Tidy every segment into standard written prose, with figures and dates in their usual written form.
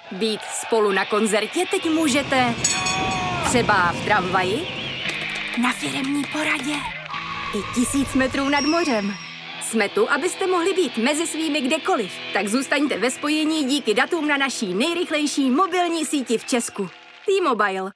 Být spolu na koncertě teď můžete třeba v tramvaji, na firemní poradě i 1000 metrů nad mořem. Jsme tu, abyste mohli být mezi svými kdekoliv. Tak zůstaňte ve spojení díky datům na naší nejrychlejší mobilní síti v Česku. T-Mobile.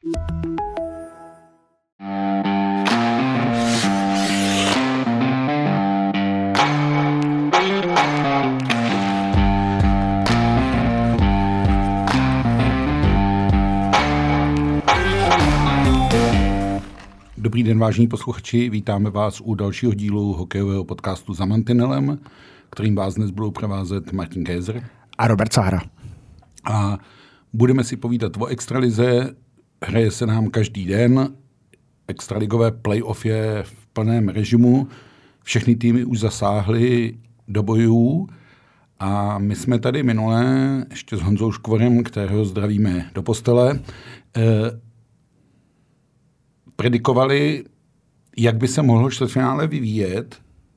Dobrý den, vážení posluchači, vítáme vás u dalšího dílu hokejového podcastu Za mantinelem, kterým vás dnes budou provázet Martin Kézer a Robert Sára. A budeme si povídat o extralize, hraje se nám každý den, extraligové playoff je v plném režimu, všechny týmy už zasáhly do bojů a my jsme tady minule, ještě s Honzou Škvorem, kterého zdravíme do postele, predikovali, jak by se mohlo čtvrtfinále vyvíjet.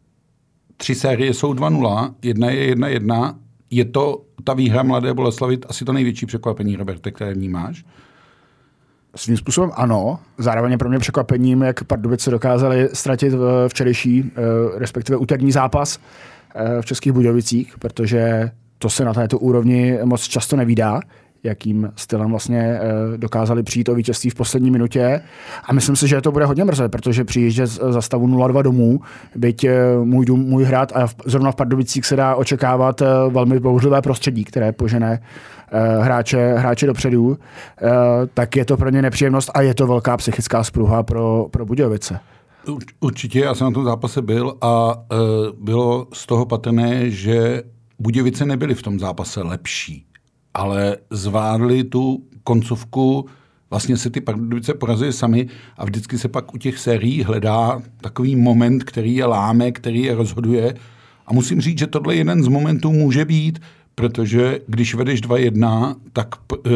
3 série jsou 2-0, jedna je 1-1. Je to ta výhra Mladé Boleslavi asi to největší překvapení, Roberte, které vnímáš? Svým způsobem ano. Zároveň je pro mě překvapením, jak Pardubice dokázali ztratit včerejší, respektive úterní zápas v Českých Budějovicích, protože to se na této úrovni moc často nevídá, jakým stylem vlastně dokázali přijít o vítězství v poslední minutě. A myslím si, že to bude hodně mrzet, protože přijíždět za stavu 0-2 domů, byť můj hrad a zrovna v Pardubicích se dá očekávat velmi bouřlivé prostředí, které požene hráče dopředu, tak je to pro ně nepříjemnost a je to velká psychická spruha pro Budějovice. Určitě, já jsem na tom zápase byl a bylo z toho patrné, že Budějovice nebyly v tom zápase lepší, ale zvládli tu koncovku, vlastně se ty Pardubice porazily sami a vždycky se pak u těch sérií hledá takový moment, který je láme, který je rozhoduje. A musím říct, že tohle jeden z momentů může být, protože když vedeš 2-1, tak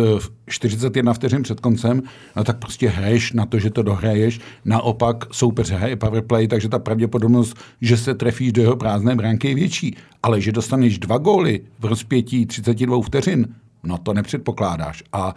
41 vteřin před koncem, no tak prostě hraješ na to, že to dohraješ. Naopak soupeř hraje powerplay, takže ta pravděpodobnost, že se trefíš do jeho prázdné bránky je větší. Ale že dostaneš 2 góly v rozpětí 32 vteřin, no to nepředpokládáš. A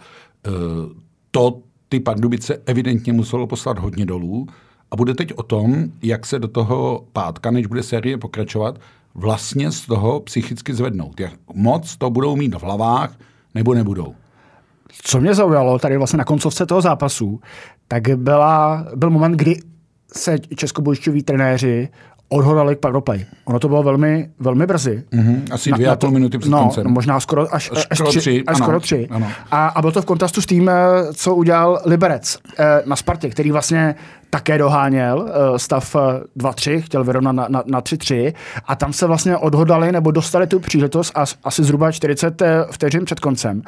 to ty Pardubice evidentně muselo poslat hodně dolů. A bude teď o tom, jak se do toho pátka, než bude série pokračovat, vlastně z toho psychicky zvednout. Jak moc to budou mít v hlavách, nebo nebudou. Co mě zaujalo tady vlastně na koncovce toho zápasu, tak byl moment, kdy se českobudějovičtí trenéři odhodlali k powerplay. Ono to bylo velmi, velmi brzy. Asi 2,5 minuty před koncem. No, možná skoro až 3. Ano. A bylo to v kontrastu s tím, co udělal Liberec na Spartě, který vlastně také doháněl stav 2-3, chtěl vyrovnat na 3-3 a tam se vlastně odhodlali nebo dostali tu příležitost asi zhruba 40 vteřin před koncem.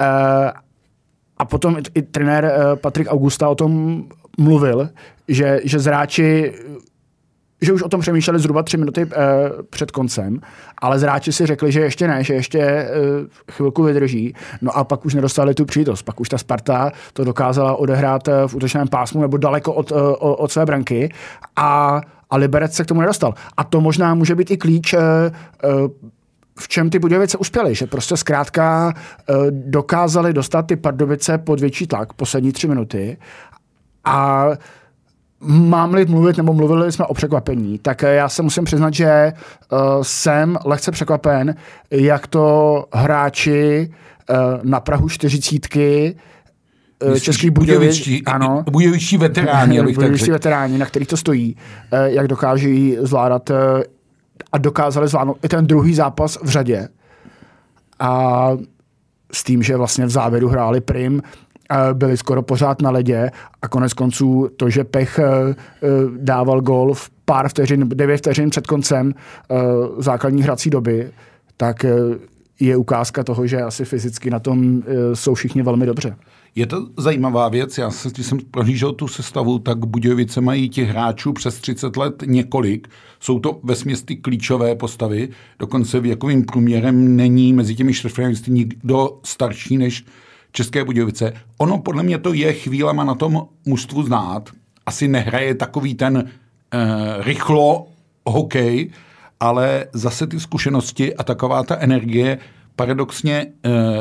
A potom i trenér Patrik Augusta o tom mluvil, že zráči že už o tom přemýšleli zhruba 3 minuty před koncem, ale zráči si řekli, že ještě ne, že ještě chvilku vydrží. No a pak už nedostali tu příležitost. Pak už ta Sparta to dokázala odehrát v útočném pásmu nebo daleko od své branky a Liberec se k tomu nedostal. A to možná může být i klíč, v čem ty Budějovice uspěly, že prostě zkrátka dokázali dostat ty Pardubice pod větší tlak poslední 3 minuty a mám-li mluvit, nebo mluvili jsme o překvapení, tak já se musím přiznat, že jsem lehce překvapen, jak to hráči na prahu 40 českých Budějovičtí veteráni, veteráni, na kterých to stojí, jak dokáží zvládat a dokázali zvládnout i ten druhý zápas v řadě. A s tím, že vlastně v závěru hráli prim, byli skoro pořád na ledě a konec konců to, že Pech dával gól v pár vteřin, 9 vteřin před koncem základní hrací doby, tak je ukázka toho, že asi fyzicky na tom jsou všichni velmi dobře. Je to zajímavá věc. Když jsem prohlížel tu sestavu, tak Budějovice mají těch hráčů přes 30 let několik. Jsou to vesměs ty klíčové postavy. Dokonce věkovým průměrem není mezi těmi čtvrtfinálisty nikdo starší než České Budějovice. Ono podle mě to je chvílema na tom mužstvu znát. Asi nehraje takový ten rychlo hokej, ale zase ty zkušenosti a taková ta energie paradoxně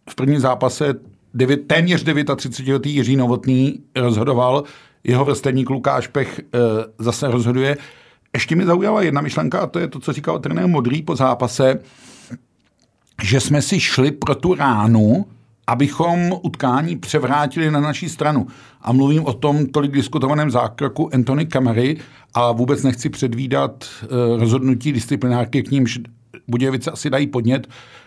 v prvním zápase téměř 39letý Jiří Novotný rozhodoval, jeho vrstevník Lukáš Pech zase rozhoduje. Ještě mi zaujala jedna myšlenka, a to je to, co říkal trenér Modrý po zápase, že jsme si šli pro tu ránu, abychom utkání převrátili na naší stranu. A mluvím o tom tolik diskutovaném zákroku Antony Kamary a vůbec nechci předvídat rozhodnutí disciplinárky, k nímž Budějovice asi dají podnět.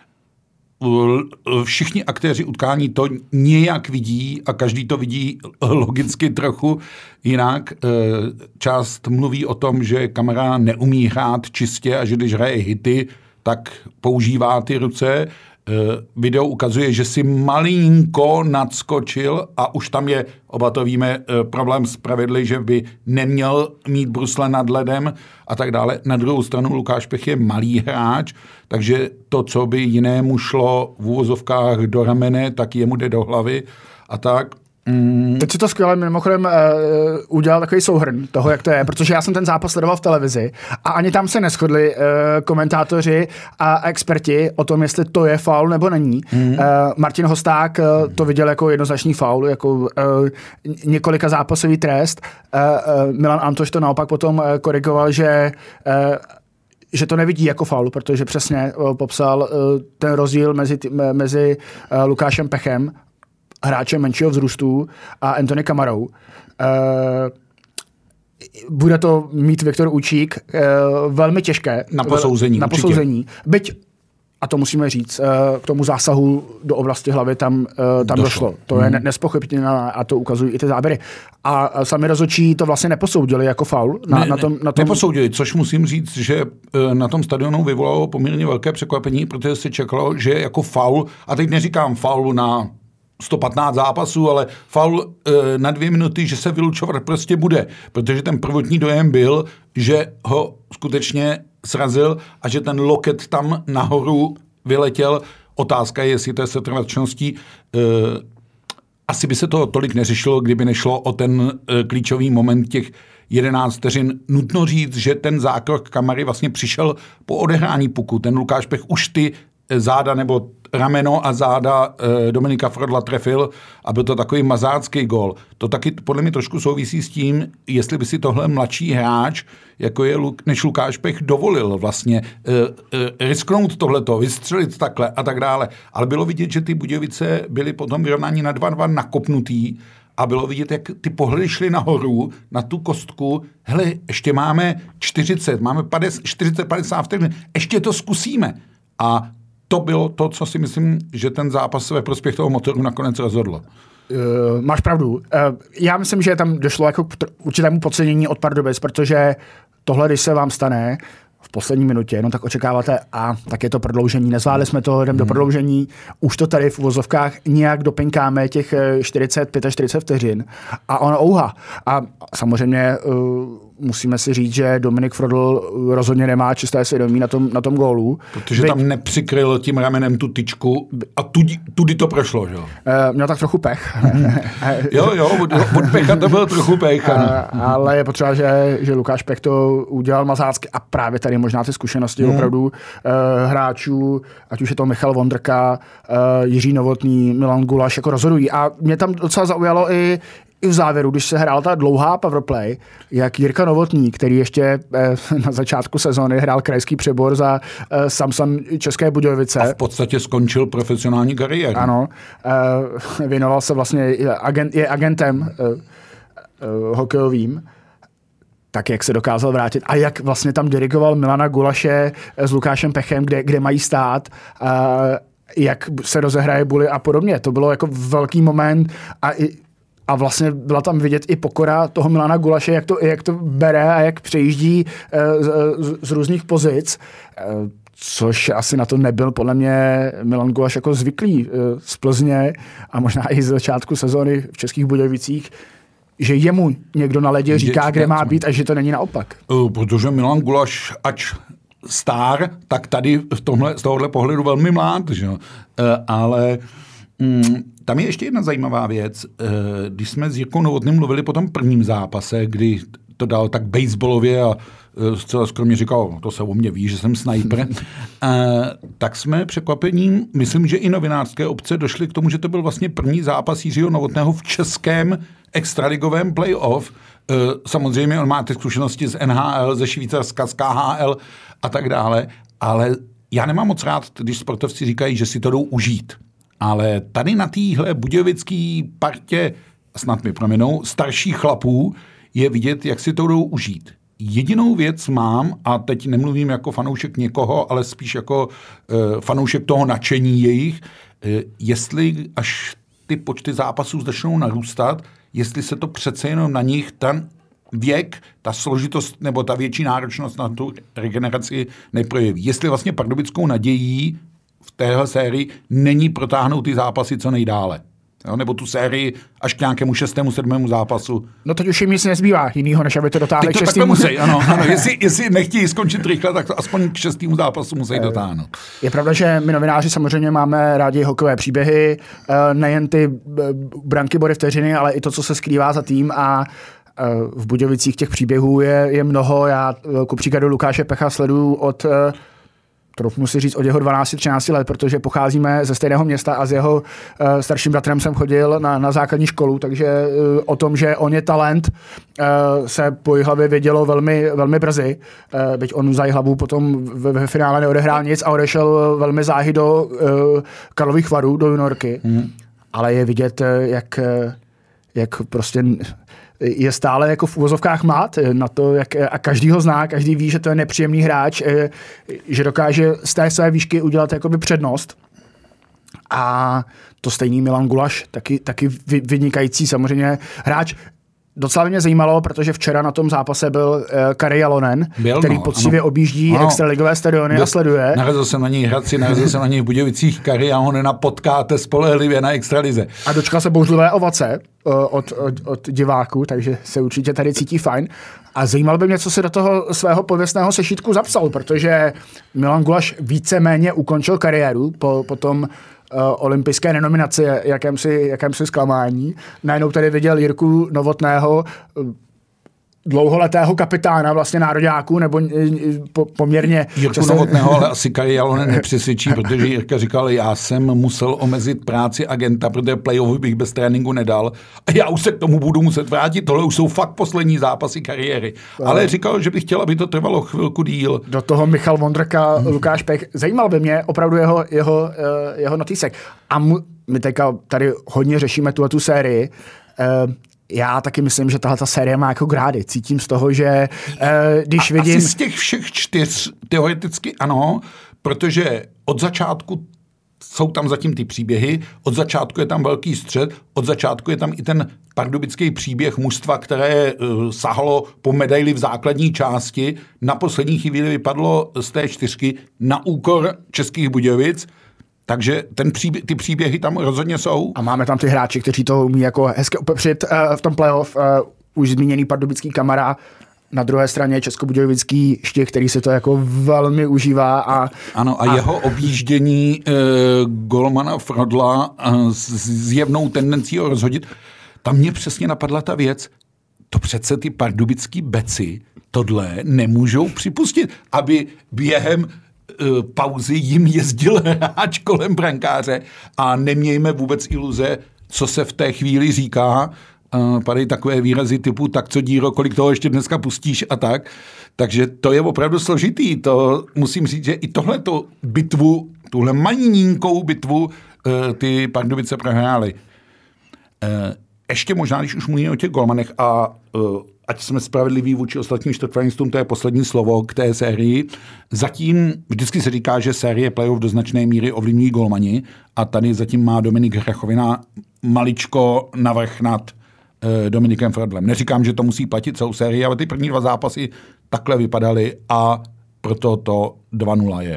Všichni aktéři utkání to nějak vidí a každý to vidí logicky trochu jinak. Část mluví o tom, že Kamara neumí hrát čistě a že když hraje hity, tak používá ty ruce. Video ukazuje, že si malinko nadskočil a už tam je, oba to víme, problém s pravidly, že by neměl mít brusle nad ledem a tak dále. Na druhou stranu Lukáš Pech je malý hráč, takže to, co by jinému šlo v úvozovkách do ramene, tak jemu jde do hlavy a tak. Teď si to skvěle mimochodem udělal takový souhrn toho, jak to je, protože já jsem ten zápas sledoval v televizi a ani tam se neshodli komentátoři a experti o tom, jestli to je faul nebo není. Martin Hosták to viděl jako jednoznačný faul, jako několika zápasový trest. Milan Antoš to naopak potom korigoval, že to nevidí jako faul, protože přesně popsal ten rozdíl mezi Lukášem Pechem, hráčem menšího vzrůstu, a Antony Kamarou. Bude to mít Viktor Učík velmi těžké. Na posouzení. Byť, a to musíme říct, k tomu zásahu do oblasti hlavy tam došlo. To je nezpochybněné a to ukazují i ty záběry. A sami rozhodčí to vlastně neposoudili jako faul. Na tom... Neposoudili, což musím říct, že na tom stadionu vyvolalo poměrně velké překvapení, protože se čekalo, že jako faul, a teď neříkám faulu na 115 zápasů, ale faul na 2 minuty, že se vylučovat prostě bude, protože ten prvotní dojem byl, že ho skutečně srazil a že ten loket tam nahoru vyletěl. Otázka je, jestli to je setrvačností. Asi by se to tolik neřešilo, kdyby nešlo o ten klíčový moment těch 11 vteřin. Nutno říct, že ten zákrok Kamary vlastně přišel po odehrání puku. Ten Lukáš Pech už ty záda nebo rameno a záda Dominika Frodla trefil a byl to takový mazácký gól. To taky podle mě trošku souvisí s tím, jestli by si tohle mladší hráč, jako je než Lukáš Pech, dovolil vlastně risknout tohleto, vystřelit takhle a tak dále. Ale bylo vidět, že ty Budějovice byly potom vyrovnání na 2-2 nakopnutý a bylo vidět, jak ty pohledy šly nahoru, na tu kostku. Hele, ještě máme 40-50 vteřin, ještě to zkusíme. A to bylo to, co si myslím, že ten zápas ve prospěch toho motoru nakonec rozhodlo. Máš pravdu. Já myslím, že tam došlo jako k určitému podcenění od Pardubic, protože tohle, když se vám stane v poslední minutě, no tak očekáváte, tak je to prodloužení. Nezvládli jsme to, jdem do prodloužení, už to tady v uvozovkách nějak dopinkáme těch 45 vteřin a ono ouha. A samozřejmě musíme si říct, že Dominik Frodl rozhodně nemá čisté svědomí na tom gólu. Protože tam nepřikryl tím ramenem tu tyčku a tudy to prošlo, že jo? Měl tak trochu pech. jo, od pecha to byl trochu pech. Ale je potřeba, že Lukáš Pech to udělal mazácky a právě tady možná ty zkušenosti opravdu hráčů, ať už je to Michal Vondrka, Jiří Novotný, Milan Gulaš, jako rozhodují. A mě tam docela zaujalo i v závěru, když se hrála ta dlouhá powerplay, jak Jirka Novotný, který ještě na začátku sezóny hrál krajský přebor za Samsung České Budějovice. A v podstatě skončil profesionální kariéru. Ano, věnoval se vlastně, je agentem hokejovým, tak jak se dokázal vrátit a jak vlastně tam dirigoval Milana Gulaše s Lukášem Pechem, kde mají stát, jak se rozehraje buly a podobně. To bylo jako velký moment a vlastně byla tam vidět i pokora toho Milana Gulaše, jak to bere a jak přejíždí z různých pozic, což asi na to nebyl podle mě Milan Gulaš jako zvyklý z Plzně a možná i z začátku sezóny v Českých Budějovicích, že jemu někdo na ledě říká, kde má být a že to není naopak. Protože Milan Gulaš, ač star, tak tady z tohohle pohledu velmi mlád, že? Ale tam je ještě jedna zajímavá věc. Když jsme s Jirkou Novotným mluvili po tom prvním zápase, kdy to dal tak baseballově a zcela skromně říkal, to se o mě ví, že jsem sniper, tak jsme překvapením, myslím, že i novinářské obce došli k tomu, že to byl vlastně první zápas Jiřího Novotného v českém extraligovém playoff. Samozřejmě on má ty zkušenosti z NHL, ze Švýcarska, z KHL a tak dále, ale já nemám moc rád, když sportovci říkají, že si to jdou užít. Ale tady na téhle budějovický partě, snad mi prominou, starších chlapů je vidět, jak si to jdou užít. Jedinou věc mám, a teď nemluvím jako fanoušek někoho, ale spíš jako fanoušek toho nadšení jejich, jestli až ty počty zápasů začnou narůstat, jestli se to přece jenom na nich ten věk, ta složitost nebo ta větší náročnost na tu regeneraci neprojeví. Jestli vlastně pardubickou nadějí v téhle sérii není protáhnout ty zápasy co nejdále. Jo, nebo tu sérii až k nějakému 6., 7. zápasu. No teď už jim nic nezbývá jinýho, než aby to dotáhli k 6. musí, ano. Jestli nechtějí skončit rychle, tak to aspoň k 6. zápasu musí dotáhnout. Je pravda, že my novináři samozřejmě máme rádi hokejové příběhy, nejen ty branky, body, vteřiny, ale i to, co se skrývá za tým a v Budějovicích těch příběhů je mnoho. Já ku příkladu Lukáše Pecha sleduju troufnu si říct, od jeho 12-13 let, protože pocházíme ze stejného města a s jeho starším bratrem jsem chodil na základní školu, takže o tom, že on je talent, se po Jihlavě vědělo velmi, velmi brzy. Byť on za Jihlavu potom ve finále neodehrál nic a odešel velmi záhy do Karlových Varů, do juniorky. Ale je vidět, jak prostě je stále jako v uvozovkách mlad na to, a každý ho zná, každý ví, že to je nepříjemný hráč, že dokáže z té své výšky udělat jakoby přednost. A to stejný Milan Gulaš, taky vynikající samozřejmě hráč. Docela mě zajímalo, protože včera na tom zápase byl Kari Jalonen, který poctivě objíždí extraligové stadiony a sleduje. Narazil jsem na něj Hradci, narazil jsem na něj v Budějovicích. Kari Jalonena potkáte spolehlivě na extralize. A dočkal se bouřlivé ovace od diváků, takže se určitě tady cítí fajn. A zajímalo by mě, co si do toho svého pověstného sešítku zapsal, protože Milan Gulaš víceméně ukončil kariéru po tom olympijské renominaci, jakémsi zklamání. Najednou tady viděl Jirku Novotného, dlouholetého kapitána vlastně nároďáků, nebo poměrně... Jirku Novotného, ale asi Kari Jalonen nepřesvědčí, protože Jirka říkal, já jsem musel omezit práci agenta, protože playoff bych bez tréninku nedal a já už se k tomu budu muset vrátit, tohle už jsou fakt poslední zápasy kariéry. Ale říkal, že bych chtěl, aby to trvalo chvilku díl. Do toho Michal Vondrka, Lukáš Pech. Zajímal by mě opravdu jeho notýsek. A my teďka tady hodně řešíme tu sérii. Já taky myslím, že tahle série má jako grády. Cítím z toho, že když vidím... Asi z těch všech 4 teoreticky ano, protože od začátku jsou tam zatím ty příběhy, od začátku je tam velký střed, od začátku je tam i ten pardubický příběh mužstva, které sahalo po medaili v základní části. Na poslední chvíli vypadlo z té 4 na úkor Českých Budějovic. Takže ty příběhy tam rozhodně jsou. A máme tam ty hráči, kteří to umí jako hezky opepřit v tom playoff. Už zmíněný pardubický Kamara, na druhé straně českobudějovický Štych, který se to jako velmi užívá. A jeho objíždění golmana Frodla s zjevnou tendencí ho rozhodit. Tam mě přesně napadla ta věc, to přece ty pardubický beci tohle nemůžou připustit, aby během pauzy jim jezdil hráč kolem brankáře a nemějme vůbec iluze, co se v té chvíli říká. Padají takové výrazy typu, tak co díro, kolik toho ještě dneska pustíš a tak. Takže to je opravdu složitý. To musím říct, že i tohleto bitvu, tuhle malinkou bitvu ty Pardubice prohrály. Ještě možná, když už mluvíme o těch golmanech a ať jsme spravedliví vůči ostatním čtvrtfinalistům, to je poslední slovo k té sérii. Zatím vždycky se říká, že série playoff do značné míry ovlivňují golmani a tady zatím má Dominik Hrachovina maličko navrch nad Dominikem Frodlem. Neříkám, že to musí platit celou sérii, ale ty první 2 zápasy takhle vypadaly a proto to 2-0 je.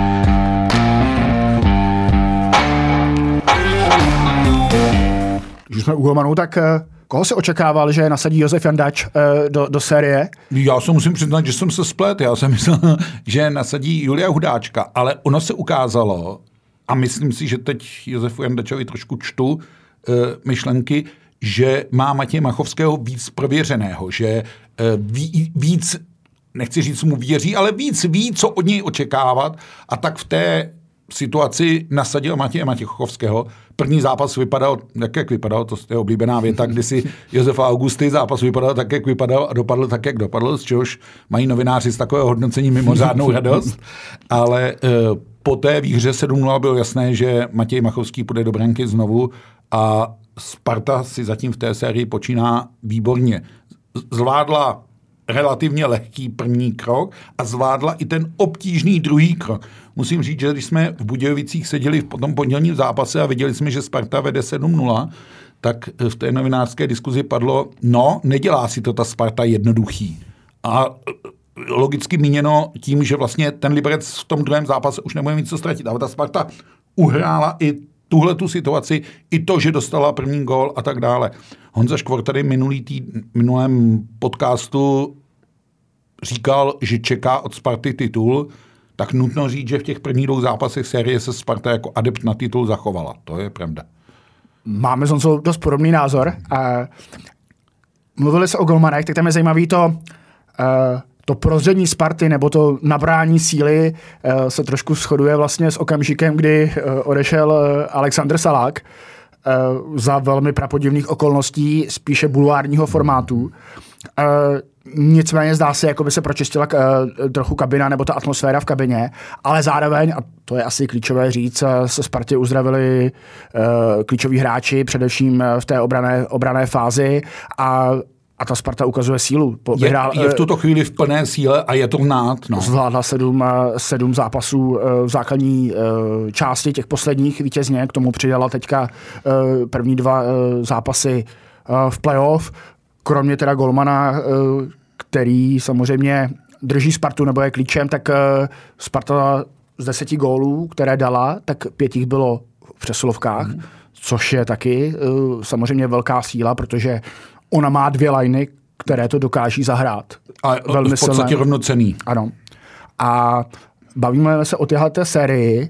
Když jsme u golmanů, tak koho se očekával, že nasadí Josef Jandač do série? Já se musím přiznat, že jsem se splet. Já jsem myslel, že nasadí Julia Hudáčka, ale ono se ukázalo, a myslím si, že teď Josefu Jandačovi trošku čtu myšlenky, že má Matěje Machovského víc prověřeného, že víc, nechci říct, mu věří, ale víc ví, co od něj očekávat a tak v té situaci nasadil Matěje Matějovského. První zápas vypadal tak, jak vypadal, to je oblíbená věta, kdy si Josefa Augusty zápas vypadal tak, jak vypadal a dopadl tak, jak dopadl, z čehož mají novináři z takového hodnocení mimořádnou radost, ale po té výhře 7-0 bylo jasné, že Matěj Machovský půjde do branky znovu a Sparta si zatím v té sérii počíná výborně. Zvládla relativně lehký první krok a zvládla i ten obtížný druhý krok. Musím říct, že když jsme v Budějovicích seděli v tom pondělním zápase a viděli jsme, že Sparta vede 7-0, tak v té novinářské diskuzi padlo, nedělá si to ta Sparta jednoduchý. A logicky míněno tím, že vlastně ten Liberec v tom druhém zápase už nebude mít co ztratit. Ale ta Sparta uhrála i tuhletu situaci, i to, že dostala první gól a tak dále. Honza Škvor tady minulém podcastu říkal, že čeká od Sparty titul, tak nutno říct, že v těch prvních 2 zápasech série se Sparta jako adept na titul zachovala. To je pravda. Máme s Honzou dost podobný názor. Mluvili se o golmanech, tak tam je zajímavý to prozření Sparty nebo to nabrání síly se trošku shoduje vlastně s okamžikem, kdy odešel Alexander Salák za velmi prapodivných okolností, spíše bulvárního formátu. Nicméně zdá se, jako by se pročistila trochu kabina nebo ta atmosféra v kabině, ale zároveň, a to je asi klíčové říct, se Spartě uzdravili klíčoví hráči, především v té obrané fázi a ta Sparta ukazuje sílu. Je v tuto chvíli v plné síle a je to znát. Zvládla 7 zápasů v základní části těch posledních vítězně, k tomu přidala teďka první 2 zápasy v playoff. Kromě teda golmana, který samozřejmě drží Spartu nebo je klíčem, tak Sparta z 10 gólů, které dala, tak 5 jich bylo v přesilovkách, což je taky samozřejmě velká síla, protože ona má 2 liny, které to dokáží zahrát. A velmi v podstatě silné. Rovnocenný. Ano. A bavíme se o téhleté sérii,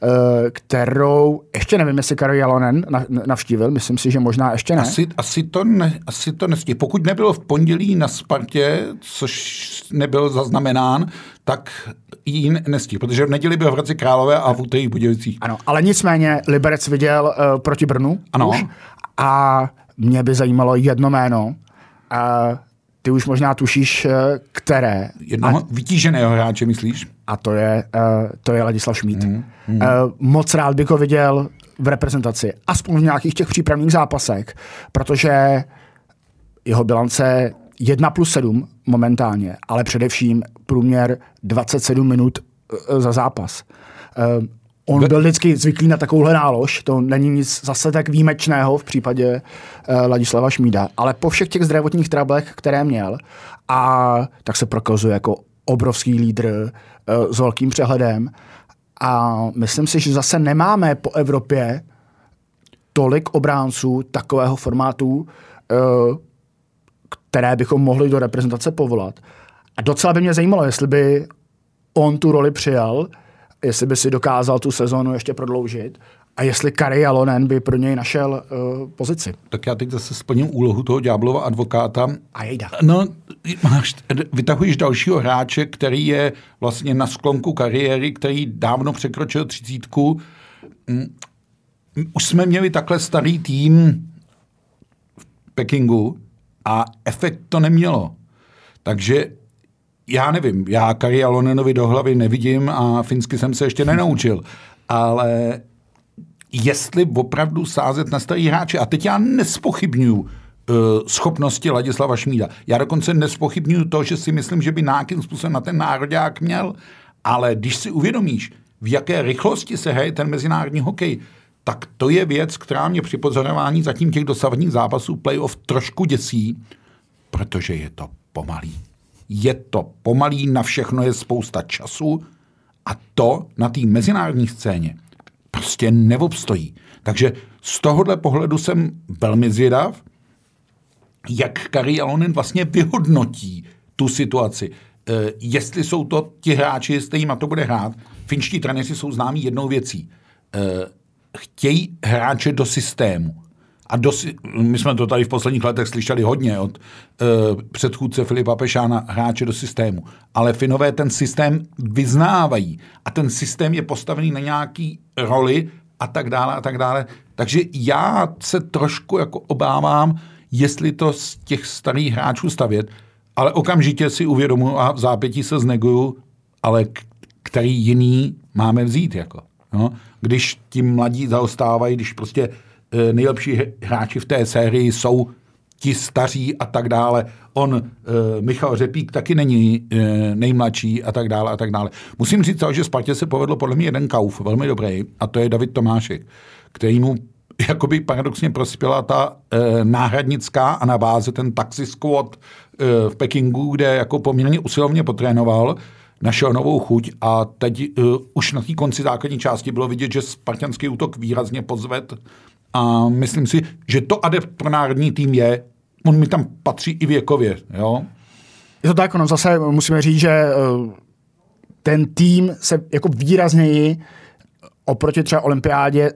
kterou ještě nevím, jestli Kari Jalonen navštívil, myslím si, že možná ještě ne. Asi to nestihl. Pokud nebylo v pondělí na Spartě, což nebyl zaznamenán, tak ji nestihl, protože v neděli byl v Hradci Králové a v úterý v Budějovicích. Ano, ale nicméně Liberec viděl proti Brnu. Ano. Už, a mě by zajímalo jedno jméno. Ty už možná tušíš, které. Jednoho vytíženého hráče, myslíš? A to je Ladislav Šmíd. Moc rád bych ho viděl v reprezentaci. Aspoň v nějakých těch přípravných zápasech, protože jeho bilance 1+7 momentálně, ale především průměr 27 minut za zápas. On byl vždycky zvyklý na takovouhle nálož, to není nic zase tak výjimečného v případě Ladislava Šmída, ale po všech těch zdravotních trablech, které měl, a tak se prokazuje jako obrovský lídr s velkým přehledem a myslím si, že zase nemáme po Evropě tolik obránců takového formátu, které bychom mohli do reprezentace povolat. A docela by mě zajímalo, jestli by on tu roli přijal, jestli by si dokázal tu sezónu ještě prodloužit a jestli Kari Jalonen by pro něj našel pozici. Tak já teď zase splním úlohu toho ďáblova advokáta. A jejda. No, vytahuješ dalšího hráče, který je vlastně na sklonku kariéry, který dávno překročil 30. Už jsme měli takhle starý tým v Pekingu a efekt to nemělo. Takže já nevím, já Kari Jalonenovi do hlavy nevidím a finsky jsem se ještě nenaučil, ale jestli opravdu sázet na starý hráče, a teď já nespochybnuju schopnosti Ladislava Šmída. Já dokonce nespochybnuju to, že si myslím, že by nějakým způsobem na ten nároďák měl, ale když si uvědomíš, v jaké rychlosti se hraje ten mezinárodní hokej, tak to je věc, která mě při pozorování zatím těch dosavadních zápasů playoff trošku děsí, protože je to pomalý. Je to pomalý, na všechno je spousta času a to na té mezinárodní scéně prostě neobstojí. Takže z tohohle pohledu jsem velmi zvědav, jak Kari Jalonen vlastně vyhodnotí tu situaci. Jestli jsou to ti hráči, s kterými to bude hrát. Finští trenéři jsou známí jednou věcí. Chtějí hráče do systému. A my jsme to tady v posledních letech slyšeli hodně od předchůdce Filipa Pešána, hráče do systému. Ale Finové ten systém vyznávají. A ten systém je postavený na nějaký roli a tak dále a tak dále. Takže já se trošku jako obávám, jestli to z těch starých hráčů stavět, ale okamžitě si uvědomuji a v zápětí se zneguju, ale který jiný máme vzít. Jako, no? Když ti mladí zaostávají, když prostě nejlepší hráči v té sérii jsou ti staří a tak dále. Michal Řepík taky není nejmladší a tak dále a tak dále. Musím říct, že Spartě se povedlo podle mě jeden kauf, velmi dobrý, a to je David Tomášek, který mu jakoby paradoxně prospěla ta náhradnická a na báze ten taxi squad v Pekingu, kde jako poměrně usilovně potrénoval, našel novou chuť a teď už na té konci základní části bylo vidět, že spartanský útok výrazně pozved a myslím si, že to adept pro národní tým je. On mi tam patří i věkově. Jo? Je to tak, no zase musíme říct, že ten tým se jako výrazněji oproti třeba olympiádě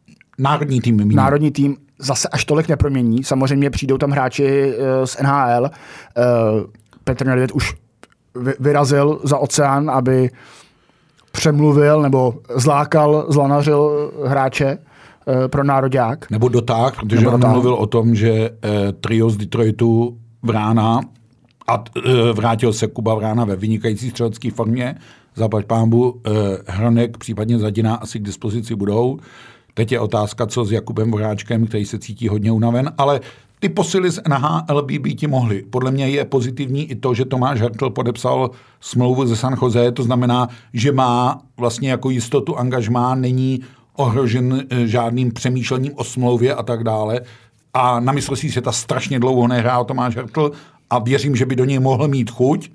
národní tým zase až tolik nepromění. Samozřejmě přijdou tam hráči z NHL. Petr Nedvěd už vyrazil za oceán, aby přemluvil nebo zlanařil hráče pro nároďák. Nebo dotáh, protože on mluvil o tom, že trio z Detroitu Vrána a vrátil se Kuba Vrána ve vynikající střelecké formě. Zaplať pánbu Hronek, případně Zadina asi k dispozici budou. Teď je otázka, co s Jakubem Voráčkem, který se cítí hodně unaven, ale ty posily z NHL by ti mohly. Podle mě je pozitivní i to, že Tomáš Hertl podepsal smlouvu ze San Jose, to znamená, že má vlastně jako jistotu angažmá, není ohrožen žádným přemýšlením o smlouvě a tak dále. A na mistrovství světa strašně dlouho nehrál Tomáš Hertl a věřím, že by do něj mohl mít chuť.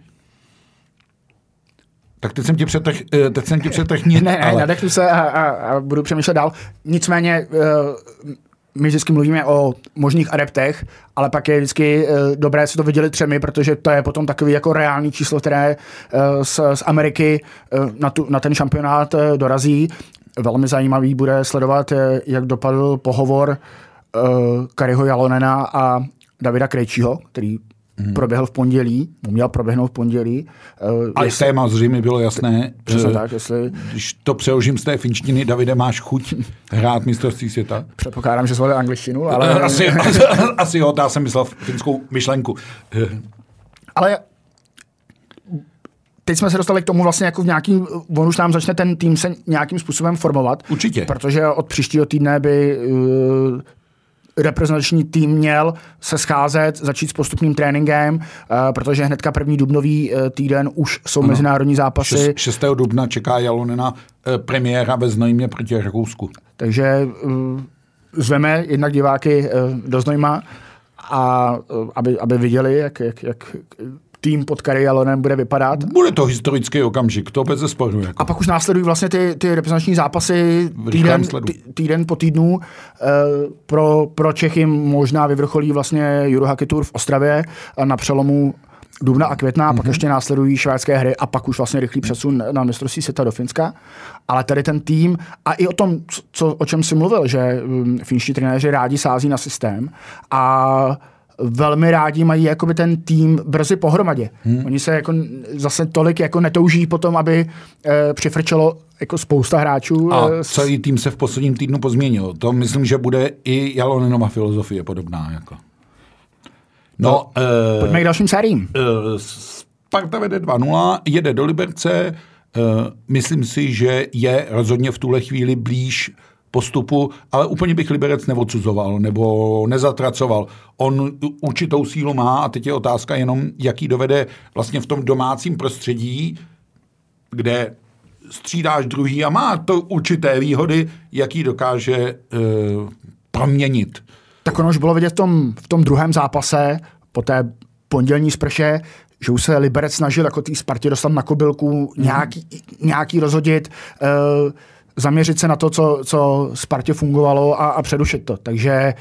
Tak teď jsem ti přetrh Ne, nadechnu se a budu přemýšlet dál. Nicméně my vždycky mluvíme o možných adeptech, ale pak je vždycky dobré si to viděli třemi, protože to je potom takový jako reální číslo, které z Ameriky na ten šampionát dorazí. Velmi zajímavý bude sledovat, jak dopadl pohovor Kariho Jalonena a Davida Krejčího, který proběhl v pondělí, měl proběhnout v pondělí. A téma zřejmě bylo jasné. Přesně tak, když to přeložím z té finštiny, Davide, máš chuť hrát mistrovství světa? Předpokládám, že zvolil angličtinu, ale... Asi jo, já jsem myslel finskou myšlenku. Ale teď jsme se dostali k tomu vlastně jako v nějakým, on už nám začne ten tým se nějakým způsobem formovat. Určitě. Protože od příštího týdne by reprezentační tým měl se scházet, začít s postupným tréninkem, protože hnedka první dubnový týden už jsou mezinárodní zápasy. 6. dubna čeká Jalonena premiéra ve Znojmě proti Rakousku. Takže zveme jednak diváky do Znojma, a aby viděli, jak tým pod Kari Jalonem bude vypadat. Bude to historický okamžik, to bez zesporu. Jako. A pak už následují vlastně ty reprezentační zápasy týden po týdnu. Pro Čechy možná vyvrcholí vlastně Eurohockey Tour v Ostravě na přelomu dubna a května, pak ještě následují švédské hry a pak už vlastně rychlý přesun na mistrovství světa do Finska. Ale tady ten tým a i o tom, o čem jsi mluvil, že finští trenéři rádi sází na systém a velmi rádi mají jakoby ten tým brzy pohromadě. Oni se jako zase tolik jako netouží potom, aby přifrčelo jako spousta hráčů. A celý tým se v posledním týdnu pozměnil. To myslím, že bude i Jalonenova filozofie podobná. Jako. Pojďme k dalším sériím. Sparta vede 2-0, jede do Liberce. Myslím si, že je rozhodně v tuhle chvíli blíž postupu, ale úplně bych Liberec neodsuzoval nebo nezatracoval. On určitou sílu má a teď je otázka jenom, jaký dovede vlastně v tom domácím prostředí, kde střídáš druhý a má to určité výhody, jaký dokáže proměnit. Tak ono už bylo vidět v tom druhém zápase, po té pondělní sprše, že už se Liberec snažil jako tý Spartě dostat na kobylku, nějaký rozhodit, zaměřit se na to, co Spartě fungovalo a předušit to. Takže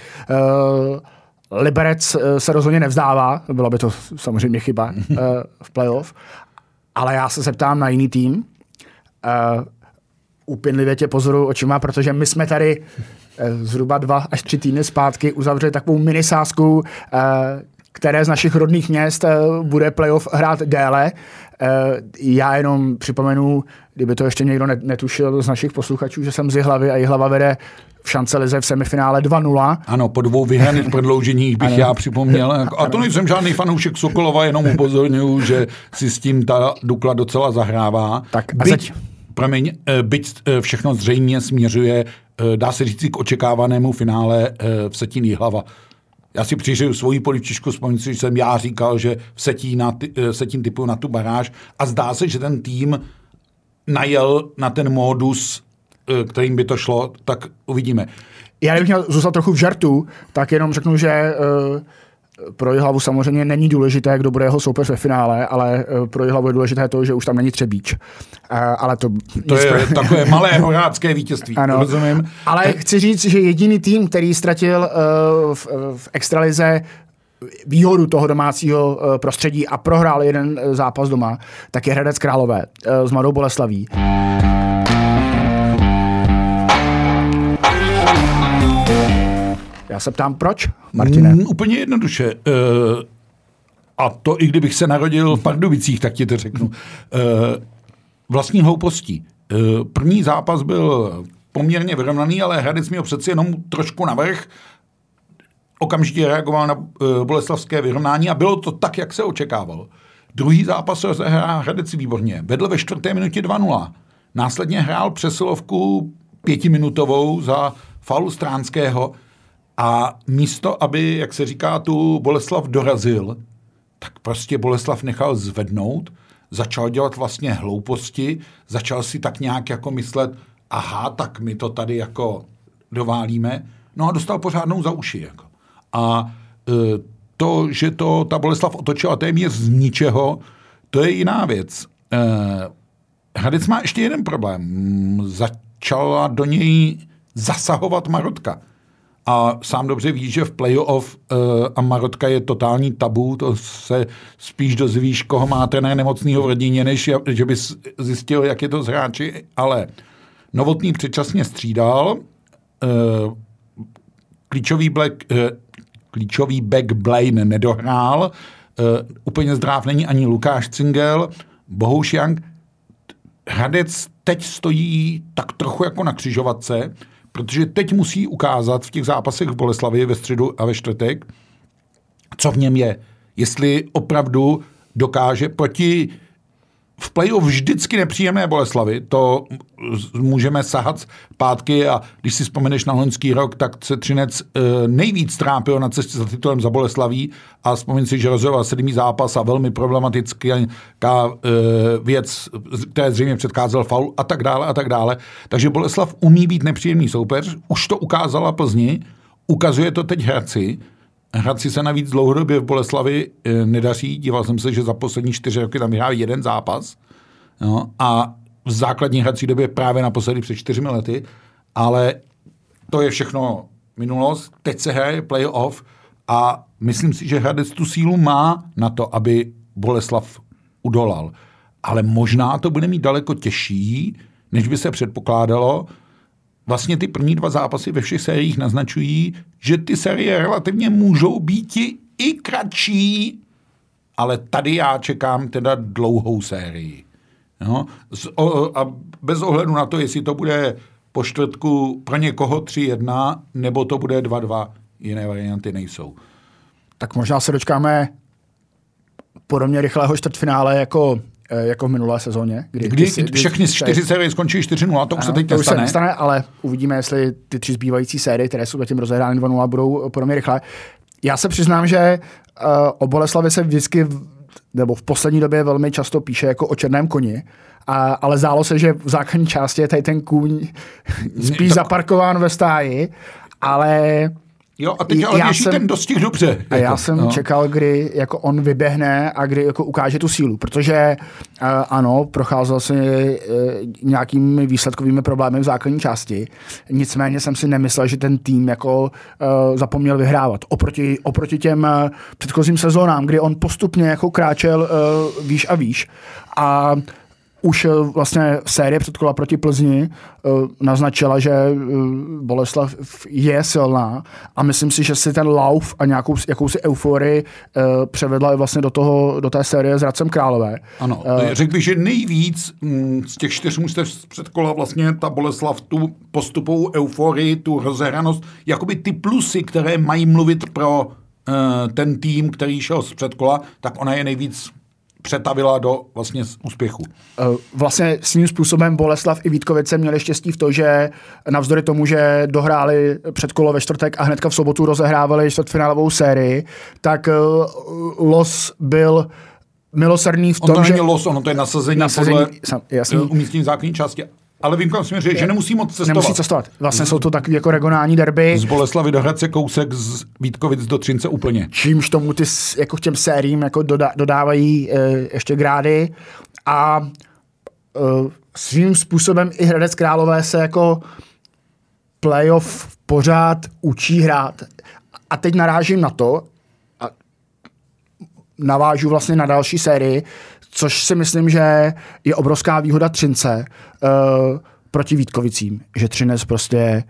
Liberec se rozhodně nevzdává, byla by to samozřejmě chyba v playoff, ale já se zeptám na jiný tým. Úpěnlivě tě pozoruju očima, protože my jsme tady zhruba 2 až 3 týdny zpátky uzavřeli takovou minisázku, které z našich rodných měst bude playoff hrát déle. Já jenom připomenu, kdyby to ještě někdo netušil z našich posluchačů, že jsem z Jihlavy a Jihlava vede v šance lize v semifinále 2-0. Ano, po 2 vyhraných prodlouženích bych já připomněl. A to nejsem žádný fanoušek Sokolova, jenom upozorňuju, že si s tím ta Dukla docela zahrává. Tak byť všechno zřejmě směřuje, dá se říct, k očekávanému finále v Vsetín Jihlava. Já si přiřeju svoji polivčičku, vzpomínám si, že jsem já říkal, že Vsetín typu na tu baráž a zdá se, že ten tým najel na ten módus, kterým by to šlo, tak uvidíme. Já kdybych měl zůstat trochu v žartu, tak jenom řeknu, že pro Jihlavu samozřejmě není důležité, kdo bude jeho soupeř ve finále, ale pro Jihlavu je důležité to, že už tam není Třebíč. Ale to je takové malé horácké vítězství. Ano, rozumím. Ale chci říct, že jediný tým, který ztratil v extralize výhodu toho domácího prostředí a prohrál jeden zápas doma, tak je Hradec Králové s Mladou Boleslaví. Já se ptám, proč, Martine? Úplně jednoduše. A to i kdybych se narodil v Pardubicích, tak ti to řeknu. Vlastní hloupostí. První zápas byl poměrně vyrovnaný, ale Hradec měl přeci jenom trošku navrch. Okamžitě reagoval na boleslavské vyrovnání a bylo to tak, jak se očekávalo. Druhý zápas rozehrál Hradec výborně. Vedl ve 4. minutě 2-0. Následně hrál přesilovku 5minutovou za faulu Stránského a místo, aby, jak se říká, tu Boleslav dorazil, tak prostě Boleslav nechal zvednout, začal dělat vlastně hlouposti, začal si tak nějak jako myslet, aha, tak my to tady jako doválíme, no a dostal pořádnou za uši. Jako. A to, že to ta Boleslav otočila téměř z ničeho, to je jiná věc. Hradec má ještě jeden problém. Začala do něj zasahovat Marotka. A sám dobře ví, že v playoff a Marotka je totální tabu, to se spíš dozvíš, koho má trenér nemocnýho v rodině, než že bys zjistil, jak je to s hráči, ale Novotný předčasně střídal, klíčový back Blaine nedohrál, úplně zdrav není ani Lukáš Cingel, Bohuš Young. Hradec teď stojí tak trochu jako na křižovatce, protože teď musí ukázat v těch zápasech v Boleslavi ve středu a ve čtvrtek, co v něm je. Jestli opravdu dokáže proti v playoff vždycky nepříjemné Boleslavy, to můžeme sahat zpátky a když si vzpomeneš na loňský rok, tak se Třinec nejvíc trápil na cestě za titulem za Boleslaví a vzpomín si, že rozhodoval 7. zápas a velmi problematická věc, které zřejmě předcházel faul a tak dále a tak dále. Takže Boleslav umí být nepříjemný soupeř, už to ukázala Plzni, ukazuje to teď Hradci. Hradci se navíc dlouhodobě v Boleslavi nedaří. Díval jsem se, že za poslední 4 roky tam vyhrál jeden zápas. No, a v základní hrací době právě naposledy před 4 lety. Ale to je všechno minulost. Teď se hraje playoff a myslím si, že Hradec tu sílu má na to, aby Boleslav udolal. Ale možná to bude mít daleko těžší, než by se předpokládalo. Vlastně ty první 2 zápasy ve všech sériích naznačují, že ty série relativně můžou být i kratší, ale tady já čekám teda dlouhou sérii. No? A bez ohledu na to, jestli to bude po čtvrtku pro někoho 3-1, nebo to bude 2-2, jiné varianty nejsou. Tak možná se dočkáme podobně rychlého čtvrtfinále jako v minulé sezóně. Kdy všechny 4 série skončí 4-0, to už se teď nestane. Ale uvidíme, jestli ty 3 zbývající série, které jsou zatím rozehrány 2-0, budou podobně rychle. Já se přiznám, že o Boleslavi se vždycky, nebo v poslední době velmi často píše jako o černém koni, ale zdálo se, že v základní části je tady ten kůň spíš zaparkován ve stáji, ale... Jo, a teď ale běží ten dostih dobře. A já jsem čekal, kdy jako on vyběhne a kdy jako ukáže tu sílu, protože ano, procházel si nějakými výsledkovými problémy v základní části, nicméně jsem si nemyslel, že ten tým jako zapomněl vyhrávat. Oproti těm předchozím sezónám, kdy on postupně jako kráčel výš a výš a už vlastně série předkola proti Plzni naznačila, že Boleslav je silná a myslím si, že si ten lauf a jakousi euforii převedla i vlastně do té série s Hradcem Králové. Ano, řekl bych, že nejvíc z těch 4 mužstev z předkola vlastně ta Boleslav tu postupovou euforii, tu rozehranost, jakoby ty plusy, které mají mluvit pro ten tým, který šel z předkola, tak ona je nejvíc přetavila do vlastně úspěchu. Vlastně svým způsobem Boleslav i Vítkovice měli štěstí v to, že navzdory tomu, že dohráli předkolo ve čtvrtek a hnedka v sobotu rozehrávali čtvrtfinálovou sérii, tak los byl milosrdný v tom, to není los, ono to je nasazení podle umístění základní části. Ale vím, kam směřuje, že nemusí moc cestovat. Nemusí cestovat. Vlastně jsou to takový jako regionální derby. Z Boleslavy do Hradce kousek, z Vítkovic do Třince úplně. Čímž tomu ty jako k těm sériím jako dodávají ještě grády. A svým způsobem i Hradec Králové se jako playoff pořád učí hrát. A teď narážím na to, a navážu vlastně na další sérii, což si myslím, že je obrovská výhoda Třince proti Vítkovicím. Že Třinec prostě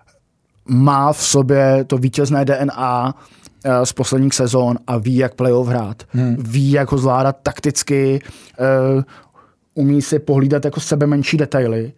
má v sobě to vítězné DNA z posledních sezón a ví, jak playoff hrát. Ví, jak ho zvládat takticky, umí si pohlídat jako sebe menší detaily.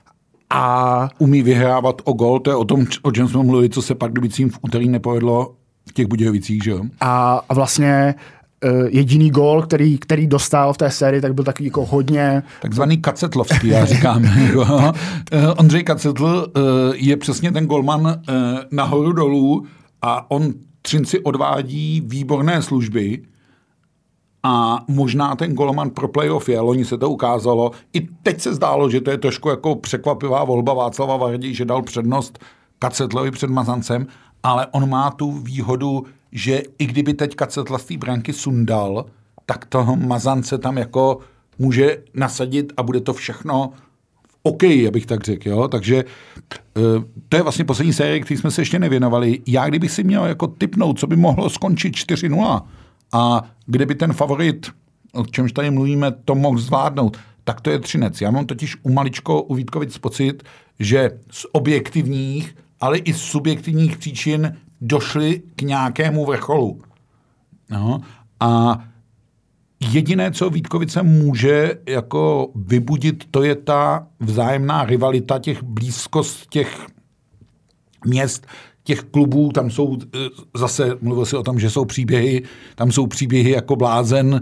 A umí vyhrávat o gol, to je o tom, o čem jsme mluvili, co se Pardubicím v úterý nepovedlo v těch Budějovicích, že jo? A vlastně jediný gól, který dostal v té sérii, tak byl takový jako hodně... Takzvaný kacetlovský, já říkám. Ondřej Kacetl je přesně ten golman nahoru dolů a on Třinci odvádí výborné služby a možná ten golman pro playoff je, loni se to ukázalo. I teď se zdálo, že to je trošku jako překvapivá volba Václava Vardí, že dal přednost Kacetlovi před Mazancem, ale on má tu výhodu, že i kdyby teď Kacetla z té branky sundal, tak toho Mazance tam jako může nasadit a bude to všechno OK, abych tak řekl. Jo? Takže to je vlastně poslední série, který jsme se ještě nevěnovali. Já kdybych si měl jako tipnout, co by mohlo skončit 4-0 a kdyby ten favorit, o čemž tady mluvíme, to mohl zvládnout, tak to je Třinec. Já mám totiž u Vítkovic pocit, že z objektivních, ale i z subjektivních příčin došli k nějakému vrcholu. No. A jediné, co Vítkovice může jako vybudit, to je ta vzájemná rivalita, těch blízkost těch měst, těch klubů, tam jsou zase, mluvil si o tom, že jsou příběhy, tam jsou příběhy jako blázen,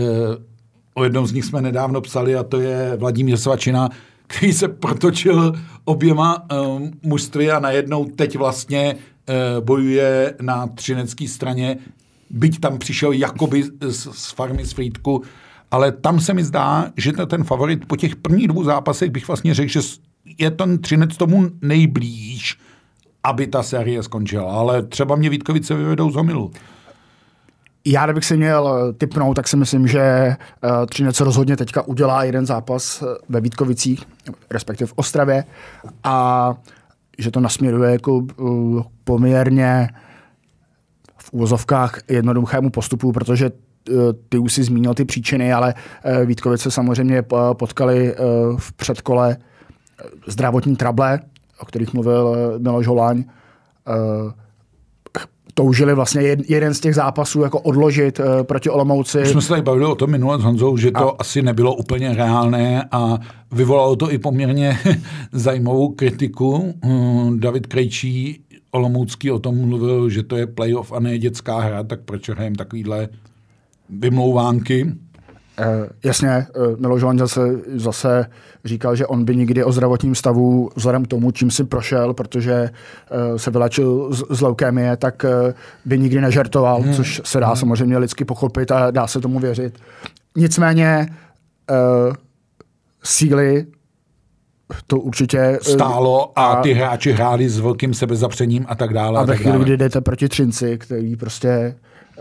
o jednom z nich jsme nedávno psali a to je Vladimír Svačina, který se protočil oběma mužstvy a najednou teď vlastně bojuje na třinecké straně, byť tam přišel jakoby z farmy z Frýdku, ale tam se mi zdá, že ten favorit po těch prvních 2 zápasech bych vlastně řekl, že je ten Třinec tomu nejblíž, aby ta série skončila, ale třeba mě Vítkovice vyvedou z omylu. Já, kdybych si měl tipnout, tak si myslím, že Třinec rozhodně teďka udělá jeden zápas ve Vítkovicích, respektive v Ostravě, a že to nasměruje jako poměrně v úvozovkách jednoduchému postupu, protože ty už si zmínil ty příčiny, ale Vítkovice samozřejmě potkali v předkole zdravotní trable, o kterých mluvil Miloš Holaň. Toužili vlastně jeden z těch zápasů jako odložit proti Olomouci. Už jsme se tady bavili o tom minule s Honzou, že to asi nebylo úplně reálné a vyvolalo to i poměrně zajímavou kritiku. David Krejčí Olomoucký o tom mluvil, že to je playoff a ne dětská hra, tak proč hrajeme takovýhle vymlouvánky? Jasně, Miloš Holaň zase říkal, že on by nikdy o zdravotním stavu vzhledem k tomu, čím si prošel, protože se vylečil z leukémie, tak by nikdy nežertoval, což se dá samozřejmě lidsky pochopit a dá se tomu věřit. Nicméně síly to určitě stálo a ty hráči hráli s velkým sebezapřením a tak dále. A ve chvíli, kdy jdete proti Třinci, který prostě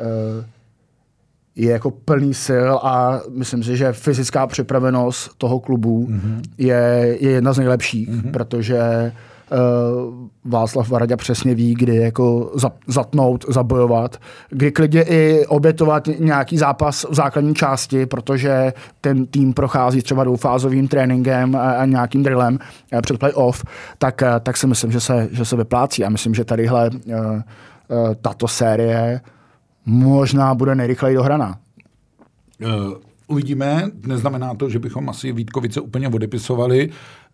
je jako plný sil a myslím si, že fyzická připravenost toho klubu je jedna z nejlepších, protože Václav Varaďa přesně ví, kdy jako zatnout, zabojovat, kdy klidně i obětovat nějaký zápas v základní části, protože ten tým prochází třeba dvoufázovým tréninkem a nějakým drillem před play-off, tak si myslím, že se vyplácí. A myslím, že tadyhle tato série možná bude nejrychleji dohraná. Uvidíme. Neznamená to, že bychom asi Vítkovice úplně odepisovali.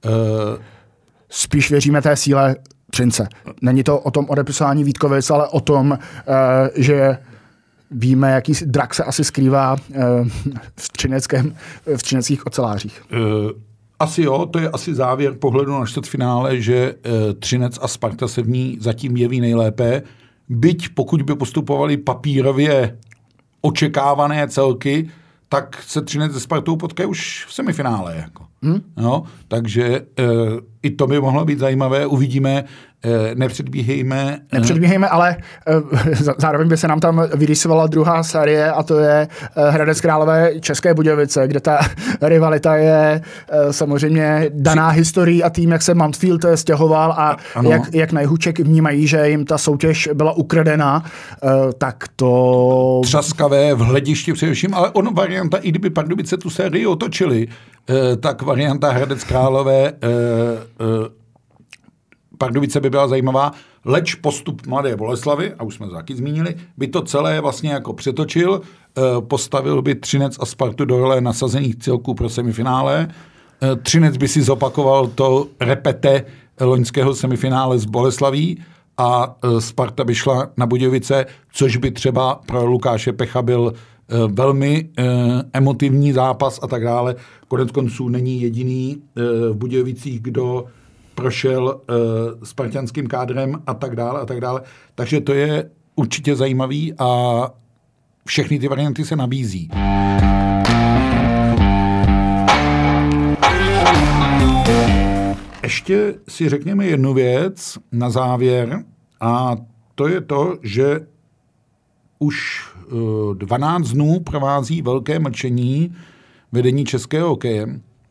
Spíš věříme té síle Třince. Není to o tom odepisování Vítkovic, ale o tom, že víme, jaký drak se asi skrývá v třineckých ocelářích. Asi jo, to je asi závěr pohledu na čtvrtfinále, že Třinec a Sparta se v ní zatím jeví nejlépe. Byť pokud by postupovali papírově očekávané celky, tak se Třinec se Spartou potkají už v semifinále. Jako. No, takže i to by mohlo být zajímavé. Uvidíme, nepředbíhejme. Nepředbíhejme, ale zároveň by se nám tam vyrýsovala druhá série a to je Hradec Králové České Budějovice, kde ta rivalita je samozřejmě daná historií a tím, jak se Mountfield stěhoval a jak na Jihuček vnímají, že jim ta soutěž byla ukradena, tak to... Třaskavé v hledišti především, ale ono varianta, i kdyby Pardubice tu sérii otočili, tak varianta Hradec Králové Pardubice by byla zajímavá, leč postup Mladé Boleslavy, a už jsme to taky zmínili, by to celé vlastně jako přetočil, postavil by Třinec a Spartu do role nasazených celků pro semifinále. Třinec by si zopakoval to repete loňského semifinále s Boleslaví a Sparta by šla na Budějovice, což by třeba pro Lukáše Pecha byl velmi emotivní zápas a tak dále. Konec konců není jediný v Budějovicích, kdo prošel spartanským kádrem a tak dále a tak dále. Takže to je určitě zajímavý a všechny ty varianty se nabízí. Ještě si řekněme jednu věc na závěr a to je to, že už 12 dnů provází velké mlčení vedení českého hokeje,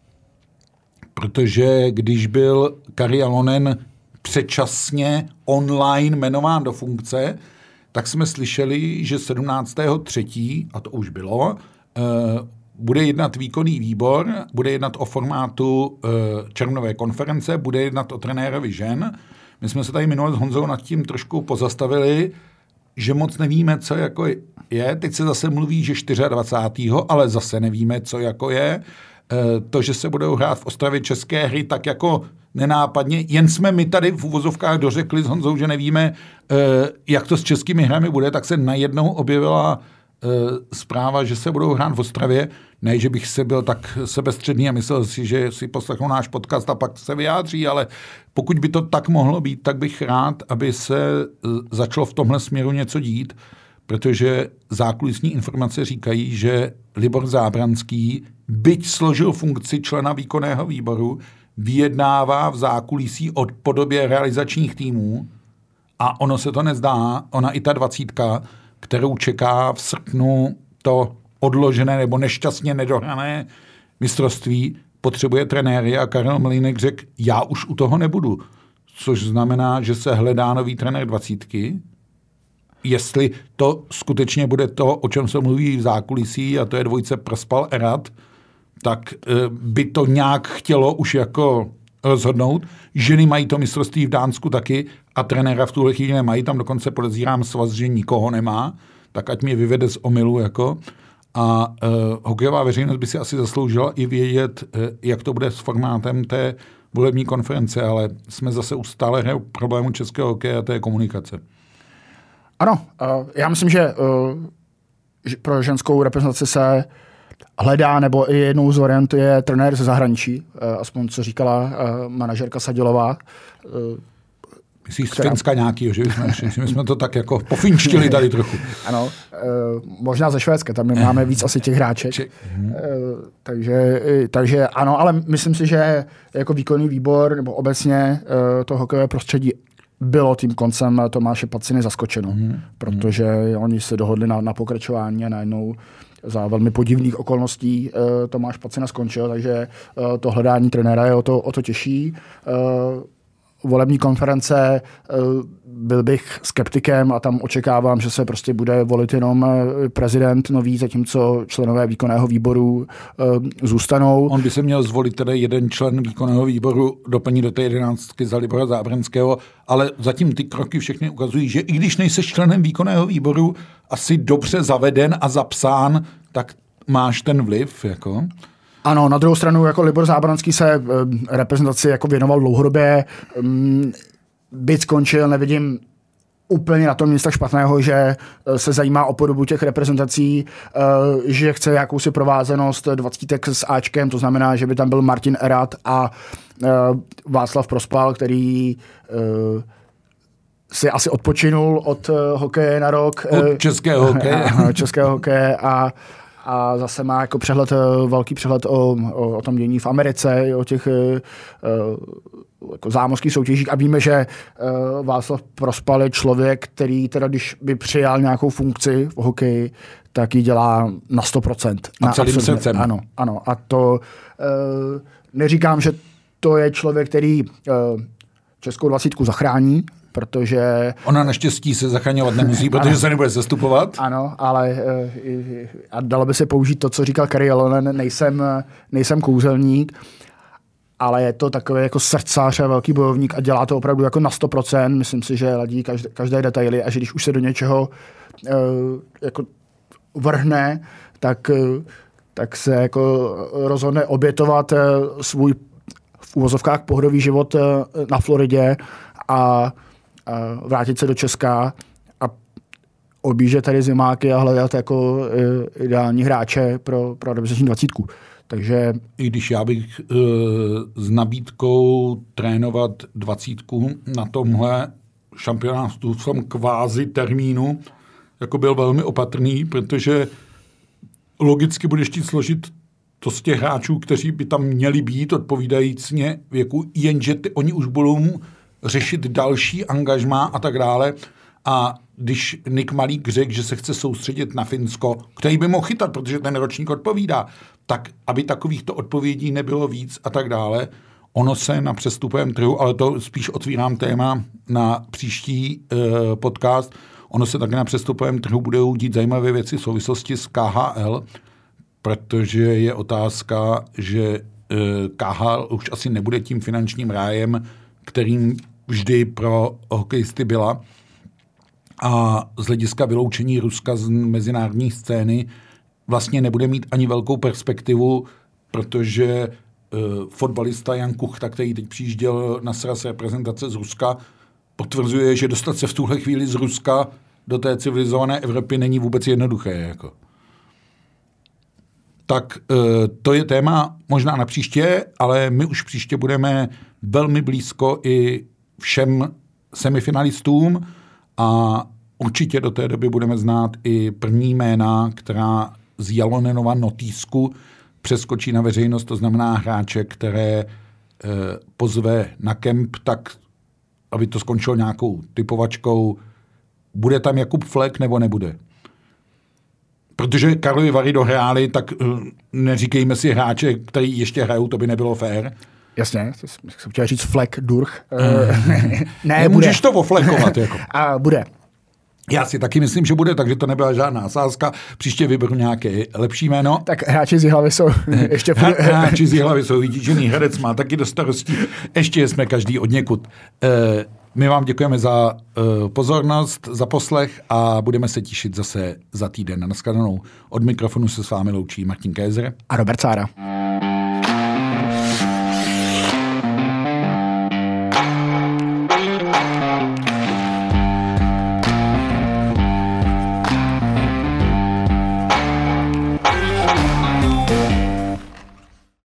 protože když byl Kari Jalonen předčasně online jmenován do funkce, tak jsme slyšeli, že 17.3., a to už bylo, bude jednat výkonný výbor, bude jednat o formátu červnové konference, bude jednat o trenérovi žen. My jsme se tady minule s Honzou nad tím trošku pozastavili, že moc nevíme, co jako je. Teď se zase mluví, že 24., ale zase nevíme, co jako je. To, že se budou hrát v Ostravě české hry, tak jako nenápadně. Jen jsme my tady v uvozovkách dořekli s Honzou, že nevíme, jak to s českými hrami bude, tak se najednou objevila zpráva, že se budou hrát v Ostravě. Ne, že bych se byl tak sebestředný a myslel si, že si poslechnou náš podcast a pak se vyjádří, ale pokud by to tak mohlo být, tak bych rád, aby se začalo v tomhle směru něco dít, protože zákulisní informace říkají, že Libor Zábranský, byť složil funkci člena výkonného výboru, vyjednává v zákulisí o podobě realizačních týmů a ono se to nezdá, ona i ta 20, kterou čeká v srpnu to odložené nebo nešťastně nedohrané mistrovství, potřebuje trenéry a Karel Mlýnek řekl, já už u toho nebudu. Což znamená, že se hledá nový trenér 20. Jestli to skutečně bude to, o čem se mluví v zákulisí, a to je dvojice Prspal Erat, tak by to nějak chtělo už jako rozhodnout. Ženy mají to mistrovství v Dánsku taky a trenéra v tuhle chvíli nemají. Tam dokonce podezírám svaz, že nikoho nemá. Tak ať mě vyvede z omylu. Jako. A hokejová veřejnost by si asi zasloužila i vědět, jak to bude s formátem té volební konference, ale jsme zase u stálého problému českého hokeje a to je komunikace. Ano, já myslím, že pro ženskou reprezentaci se hledá, nebo i jednou z variant je trenér ze zahraničí, aspoň co říkala manažerka Sadilová. Myslíš z Finska nějakýho, že? My jsme to tak jako pofinčtili tady trochu. Ano, možná ze Švédska, tam máme víc asi těch hráček. Takže ano, ale myslím si, že jako výkonný výbor nebo obecně to hokejové prostředí bylo tím koncem Tomáše Paciny zaskočeno, protože oni se dohodli na pokračování a najednou za velmi podivných okolností Tomáš Pacina skončil, takže to hledání trenéra je o to těžší. volební konference, byl bych skeptikem a tam očekávám, že se prostě bude volit jenom prezident nový, zatímco členové výkonného výboru zůstanou. On by se měl zvolit tedy jeden člen výkonného výboru, doplnit do té 11 za Libora Zábranského, ale zatím ty kroky všechny ukazují, že i když nejseš členem výkonného výboru, asi dobře zaveden a zapsán, tak máš ten vliv, jako... Ano, na druhou stranu jako Libor Zábranský se reprezentaci jako věnoval dlouhodobě, byť skončil, nevidím úplně na tom nic tak špatného, že se zajímá o podobu těch reprezentací, že chce jakousi provázenost 20 s Ačkem, to znamená, že by tam byl Martin Erat a Václav Prospal, který si asi odpočinul od hokeje na rok. Od českého hokeje. Českého hokeje a zase má jako velký přehled o tom dění v Americe, o těch jako zámořských soutěžích a víme, že Václav Prospal je člověk, který teda, když by přijal nějakou funkci v hokeji, tak ji dělá na 100%. A celým srdcem. Ano. A to neříkám, že to je člověk, který Českou 20 zachrání, protože... Ona naštěstí se zachraňovat nemusí, protože se nebude zastupovat. Ano, ale a dalo by se použít to, co říkal Kari Jalonen, nejsem kouzelník, ale je to takový jako srdcař a velký bojovník a dělá to opravdu jako na 100%. Myslím si, že ladí každé detaily a že když už se do něčeho jako vrhne, tak se jako rozhodne obětovat svůj v uvozovkách pohodový život na Floridě a vrátit se do Česka a objíždět tady zimáky a hledat jako ideální hráče pro reprezentační 20. Takže... I když já bych s nabídkou trénovat 20 na tomhle šampionátu v tom kvázi termínu jako byl velmi opatrný, protože logicky budeš chtít složit to z těch hráčů, kteří by tam měli být odpovídajícně věku, jenže oni už budou řešit další angažmá a tak dále. A když Nick Malík řekl, že se chce soustředit na Finsko, který by mohl chytat, protože ten ročník odpovídá, tak aby takovýchto odpovědí nebylo víc a tak dále, ono se na přestupovém trhu, ale to spíš otvírám téma na příští podcast, ono se také na přestupovém trhu budou dít zajímavé věci v souvislosti s KHL, protože je otázka, že KHL už asi nebude tím finančním rájem, kterým vždy pro hokejisty byla. A z hlediska vyloučení Ruska z mezinárodní scény vlastně nebude mít ani velkou perspektivu, protože fotbalista Jan Kuchta, který teď přijížděl na sraz reprezentace z Ruska, potvrzuje, že dostat se v tuhle chvíli z Ruska do té civilizované Evropy není vůbec jednoduché. Jako. Tak to je téma možná na příště, ale my už příště budeme velmi blízko i všem semifinalistům a určitě do té doby budeme znát i první jména, která z Jalonenova notýsku přeskočí na veřejnost, to znamená hráče, které pozve na kemp, tak aby to skončilo nějakou typovačkou. Bude tam Jakub Flek nebo nebude? Protože Karlovy Vary dohráli, tak neříkejme si hráče, který ještě hrajou, to by nebylo fér. Jasně, jsem chtěl říct Flek, Durch. Ne, můžeš to oflekovat. Jako. A bude. Já si taky myslím, že bude, takže to nebyla žádná sázka. Příště vyberu nějaké lepší jméno. Tak hráči z Jihlavy jsou ještě... Hráči z Jihlavy jsou Vytížený Hradec má taky do starostí. Ještě jsme každý od někud. My vám děkujeme za pozornost, za poslech a budeme se těšit zase za týden. Na nashledanou. Od mikrofonu se s vámi loučí Martin Kézer a Robert Sára.